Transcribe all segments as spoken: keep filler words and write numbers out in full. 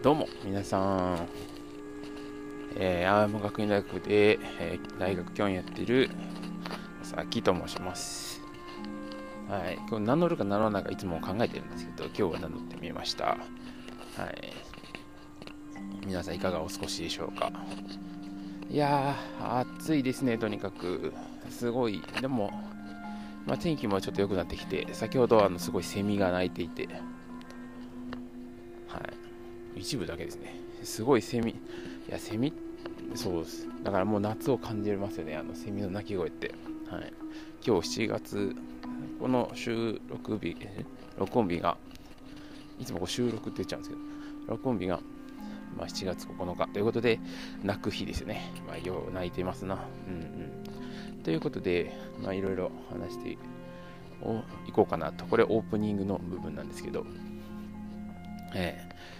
どうも皆さん、えー、青山学院大学で、えー、大学教員やっている佐々木と申します。はい、今日名乗るか名乗らないかいつも考えてるんですけど、今日は名乗ってみました。はい、皆さんいかがお過ごしでしょうか。いやー暑いですね。とにかくすごい。でも、まあ、天気もちょっと良くなってきて、先ほどあのすごいセミが鳴いていて、はい、一部だけですね。すごいセミ、いやセミ、そうです。だからもう夏を感じますよね、あのセミの鳴き声って。はい、今日しちがつ、この収録日、録音日が、いつもこう収録って言っちゃうんですけど、録音日が、まあ、しちがつここのかということで、泣く日ですよね。まあ、よう泣いてますな。うんうん。ということで、まあ、いろいろ話していこうかなと。これオープニングの部分なんですけど、え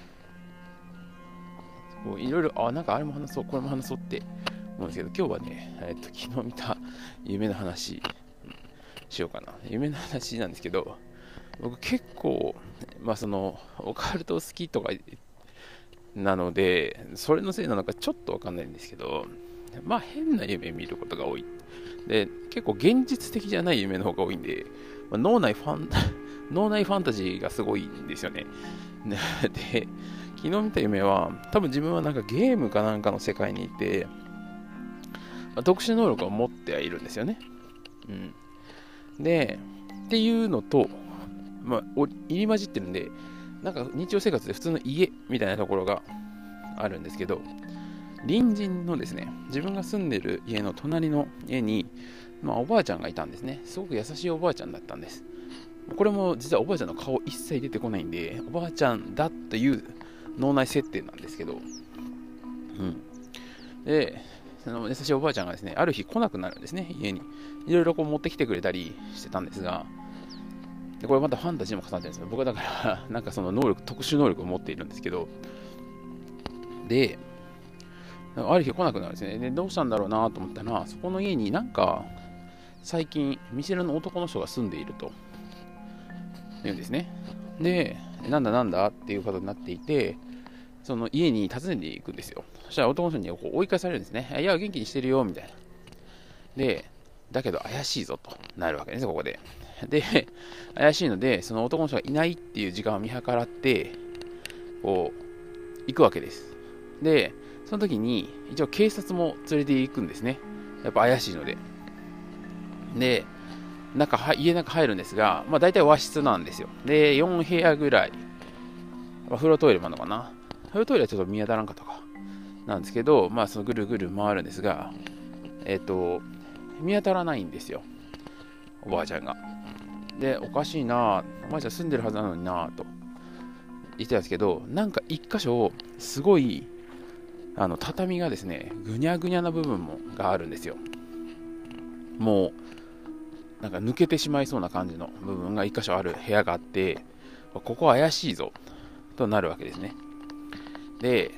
えいろいろ、あ、なんかあれも話そう、これも話そうって思うんですけど、今日はね、えっと、昨日見た夢の話しようかな。夢の話なんですけど、僕結構、まあその、オカルト好きとかなので、それのせいなのかちょっとわかんないんですけど、まあ変な夢見ることが多い。で、結構現実的じゃない夢の方が多いんで、まあ、脳内ファン、脳内ファンタジーがすごいんですよね。で、昨日見た夢は、多分自分はなんかゲームかなんかの世界にいて、まあ、特殊能力を持ってはいるんですよね。うん。で、っていうのと、まあ、入り混じってるんで、なんか日常生活で普通の家みたいなところがあるんですけど、隣人のですね、自分が住んでる家の隣の家に、まあ、おばあちゃんがいたんですね。すごく優しいおばあちゃんだったんです。これも実はおばあちゃんの顔一切出てこないんで、おばあちゃんだっていう脳内設定なんですけど、うん。で、その優しいおばあちゃんがですね、ある日来なくなるんですね、家に。いろいろこう持ってきてくれたりしてたんですが、でこれまたファンタジーも重なってるんですよ。僕はだから、なんかその能力、特殊能力を持っているんですけど、で、ある日来なくなるんですね。で、どうしたんだろうなと思ったら、そこの家になんか、最近、見知らぬ男の人が住んでいると言うんですね。で、なんだなんだっていうことになっていて、その家に訪ねていくんですよ。そしたら男の人にこう追い返されるんですね。いや、元気にしてるよ、みたいな。で、だけど怪しいぞとなるわけです、ここで。で、怪しいので、その男の人がいないっていう時間を見計らって、こう、行くわけです。で、その時に、一応警察も連れて行くんですね。やっぱ怪しいので。で、中は家の中入るんですが、まあ大体和室なんですよ。で、よん部屋ぐらい。風呂トイレもあるのかな。風呂トイレはちょっと見当たらんかったか。なんですけど、まあそのぐるぐる回るんですが、えっと、見当たらないんですよ。おばあちゃんが。で、おかしいな、おばあちゃん住んでるはずなのになと言ってたんですけど、なんか一箇所、すごい、あの、畳がですね、ぐにゃぐにゃな部分もがあるんですよ。もう、なんか抜けてしまいそうな感じの部分が一箇所ある部屋があって、ここは怪しいぞ、となるわけですね。で、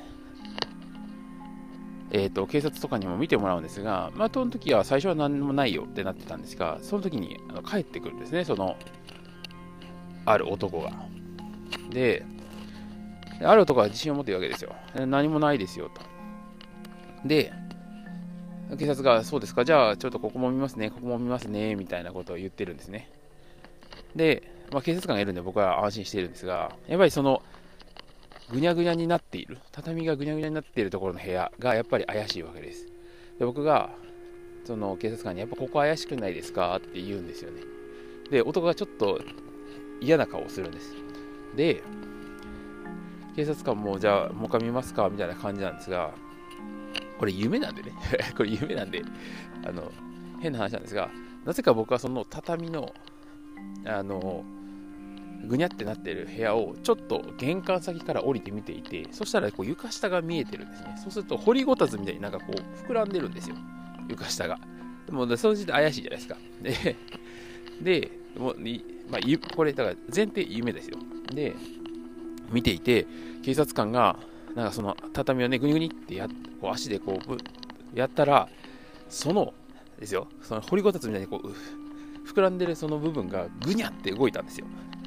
えーと、警察とかにも見てもらうんですが、まあ、その時は最初は何もないよってなってたんですが、その時にあの帰ってくるんですね、その、ある男が。で、ある男は自信を持っているわけですよ。何もないですよ、と。で、警察が、そうですか、じゃあちょっとここも見ますね、ここも見ますね、みたいなことを言ってるんですね。で、まあ、警察官がいるんで僕は安心しているんですが、やっぱりその、ぐにゃぐにゃになっている、畳がぐにゃぐにゃになっているところの部屋がやっぱり怪しいわけです。で、僕が、その警察官に、やっぱここ怪しくないですかって言うんですよね。で、男がちょっと嫌な顔をするんです。で、警察官も、じゃあ、もう一回見ますかみたいな感じなんですが、これ夢なんでね、これ夢なんで、あの、変な話なんですが、なぜか僕はその畳の、あの、ぐにゃってなっている部屋をちょっと玄関先から降りて見ていて、そしたらこう床下が見えてるんですね。そうすると掘りごたつみたいになんかこう膨らんでるんですよ、床下が。でもその時点で怪しいじゃないですか。で、でもうまあ、これだから前提夢ですよ。で、見ていて警察官がなんかその畳をねぐにぐにってやこう足でこうやったら、そのですよ、その掘りごたつみたいにこう膨らんでるその部分がぐにゃって動いたんですよ。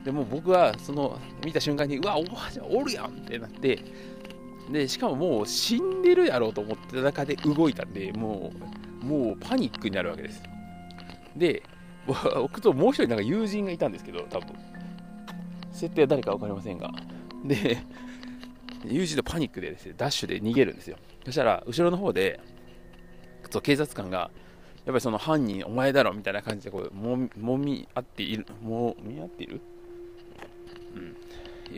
でもう僕はその見た瞬間にうわおばあちゃんおるやんってなって、でしかももう死んでるやろうと思ってた中で動いたんで、もうもうパニックになるわけです。で僕ともう一人なんか友人がいたんですけど、多分設定は誰か分かりませんが、で友人とパニックでですねダッシュで逃げるんですよ。そしたら後ろの方で警察官がやっぱりその犯人お前だろみたいな感じでこうももみ合っているもみ合っている、うん、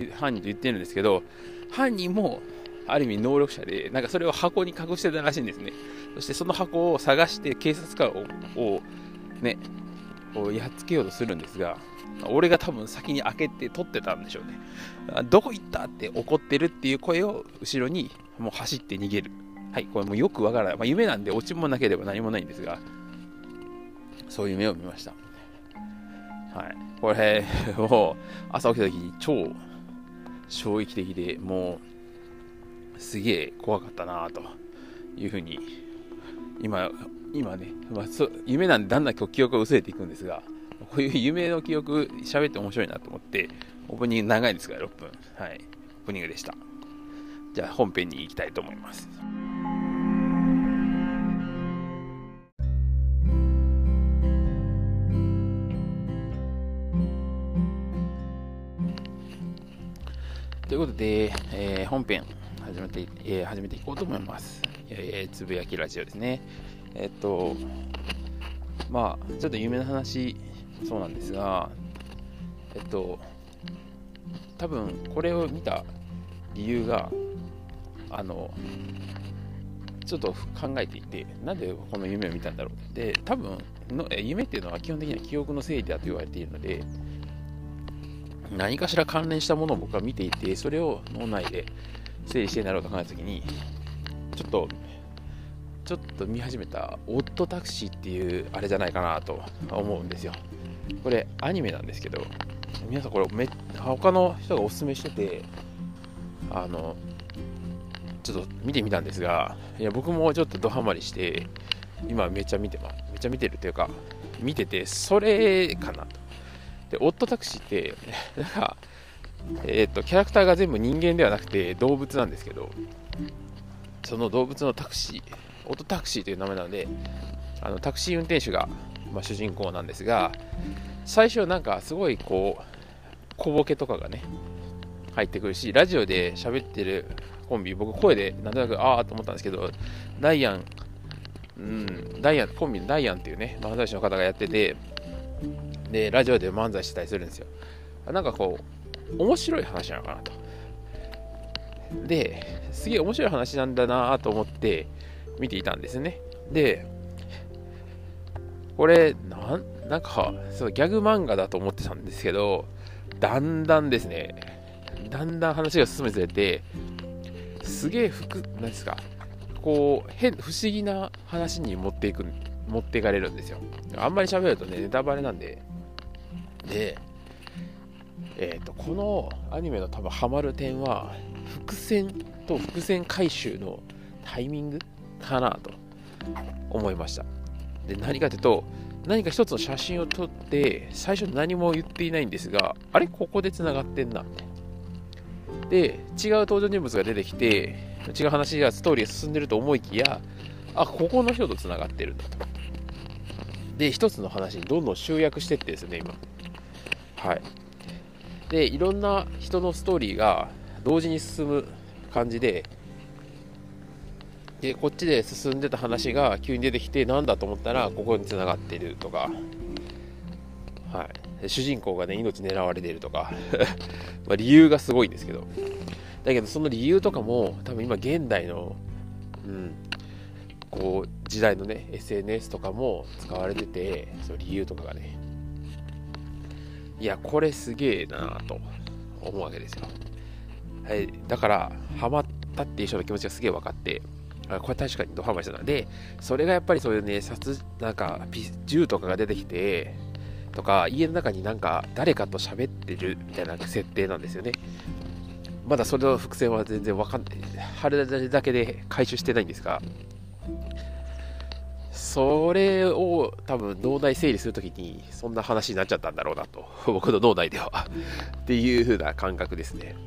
犯人と言ってるんですけど、犯人もある意味能力者で、なんかそれを箱に隠してたらしいんですね。そしてその箱を探して警察官を、をねをやっつけようとするんですが、俺が多分先に開けて取ってたんでしょうね。どこ行ったって怒ってるっていう声を後ろにもう走って逃げる。はい、これもうよくわからない、まあ、夢なんでオチもなければ何もないんですが、そういう夢を見ました。はい、これもう朝起きた時に超衝撃的で、もうすげえ怖かったなというふうに今今ね、まあ、そ夢なんでだんだん記憶が薄れていくんですが、こういう夢の記憶喋って面白いなと思って、オープニング長いですからろっぷん、はい、オープニングでした。じゃあ本編に行きたいと思います。ということで、えー、本編始めて、えー、始めていこうと思います。えー、つぶやきラジオですね。えー、っとまあちょっと夢の話そうなんですが、えっと多分これを見た理由があのちょっと考えていて、なんでこの夢を見たんだろう。で多分の夢っていうのは基本的には記憶の整理だと言われているので、何かしら関連したものを僕は見ていて、それを脳内で整理してなろうと考えたときに、ちょっとちょっと見始めたオッドタクシーっていうあれじゃないかなと思うんですよ。これアニメなんですけど、皆さんこれめ他の人がおすすめしてて、あのちょっと見てみたんですが、いや僕もちょっとドハマりして今めっちゃ見てますめっちゃ見てるというか見てて、それかなと。でオッドタクシーってなんか、えー、とキャラクターが全部人間ではなくて動物なんですけど、その動物のタクシー、オッドタクシーという名前なので、あのタクシー運転手が、まあ、主人公なんですが、最初なんかすごいこう小ボケとかがね入ってくるし、ラジオで喋ってるコンビ、僕声でなんとなくああと思ったんですけど、ダイアン、うん、ダイアンコンビのダイアンっていうね漫才師の方がやってて、でラジオで漫才してたりするんですよ。なんかこう面白い話なのかなと。ですげえ面白い話なんだなと思って見ていたんですね。でこれな ん, なんかそうギャグ漫画だと思ってたんですけど、だんだんですねだんだん話が進めずれて、すげえふなんですかこう変不思議な話に持っていく持っていかれるんですよ。あんまり喋るとねネタバレなんで。で、えーと、このアニメの多分ハマる点は伏線と伏線回収のタイミングかなと思いました。で何かというと、何か一つの写真を撮って最初何も言っていないんですが、あれここでつながってんなみたいな。で違う登場人物が出てきて違う話がストーリーが進んでると思いきや、あここの人とつながってるんだと。で一つの話にどんどん集約してってですね今。はい。でいろんな人のストーリーが同時に進む感じで、でこっちで進んでた話が急に出てきてなんだと思ったらここに繋がってるとか、はい、主人公がね命狙われているとかまあ理由がすごいんですけど、だけどその理由とかも多分今現代の、うん、こう時代のね エスエヌエス とかも使われてて、その理由とかがね、いやこれすげえなと思うわけですよ。はい、だからハマったっていう人の気持ちがすげえ分かって、これ確かにドハマりしたので、それがやっぱりそういうね殺なんか銃とかが出てきてとか、家の中になんか誰かと喋ってるみたいな設定なんですよね。まだそれの伏線は全然分かんない、あれだけで回収してないんですが、 それを多分脳内整理するときにそんな話になっちゃったんだろうなと、僕の脳内ではっていう風な感覚ですね。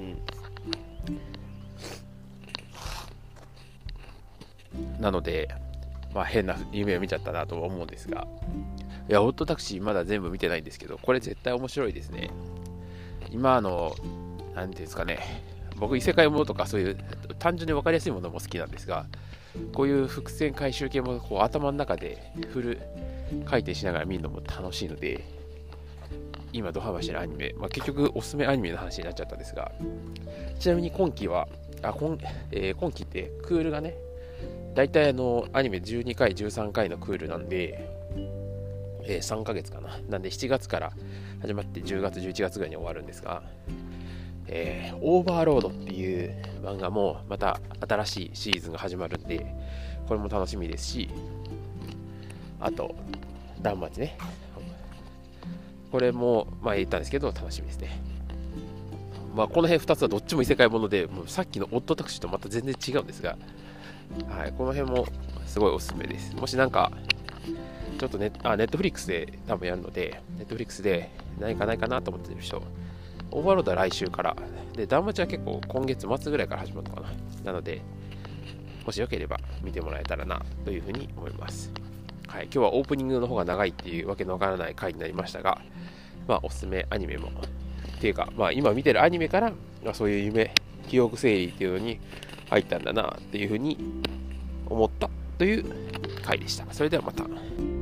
うん、なので、まあ、変な夢を見ちゃったなと思うんですが、いやオットタクシーまだ全部見てないんですけど、これ絶対面白いですね。今あのなんていうんですかね、僕異世界ものとかそういう単純に分かりやすいものも好きなんですが、こういう伏線回収系もこう頭の中でフル回転しながら見るのも楽しいので、今ドハマしてるアニメ、まあ、結局おすすめアニメの話になっちゃったんですが、ちなみに今期はあ今、えー、今期ってクールがね、だいたいあのアニメじゅうにかいじゅうさんかいのクールなんで、えー、さんかげつかな、なんでしちがつから始まってじゅうがつじゅういちがつぐらいに終わるんですが、えー、オーバーロードっていう漫画もまた新しいシーズンが始まるんで、これも楽しみですし、あと断末ね、これも前言ったんですけど楽しみですね。まあこの辺ふたつはどっちも異世界もので、もうさっきのオットタクシーとまた全然違うんですが、はい、この辺もすごいおすすめです。もしなんかちょっとネあネットフリックスで多分やるので、ネットフリックスで何かないかなと思ってる人、オーバーロードは来週から、で、断末は結構今月末ぐらいから始まるのかな。なので、もしよければ見てもらえたらなというふうに思います。はい、今日はオープニングの方が長いっていうわけのわからない回になりましたが、まあ、おすすめアニメも、っていうか、まあ、今見てるアニメから、まあ、そういう夢、記憶整理っていうのに入ったんだなっていうふうに思ったという回でした。それではまた。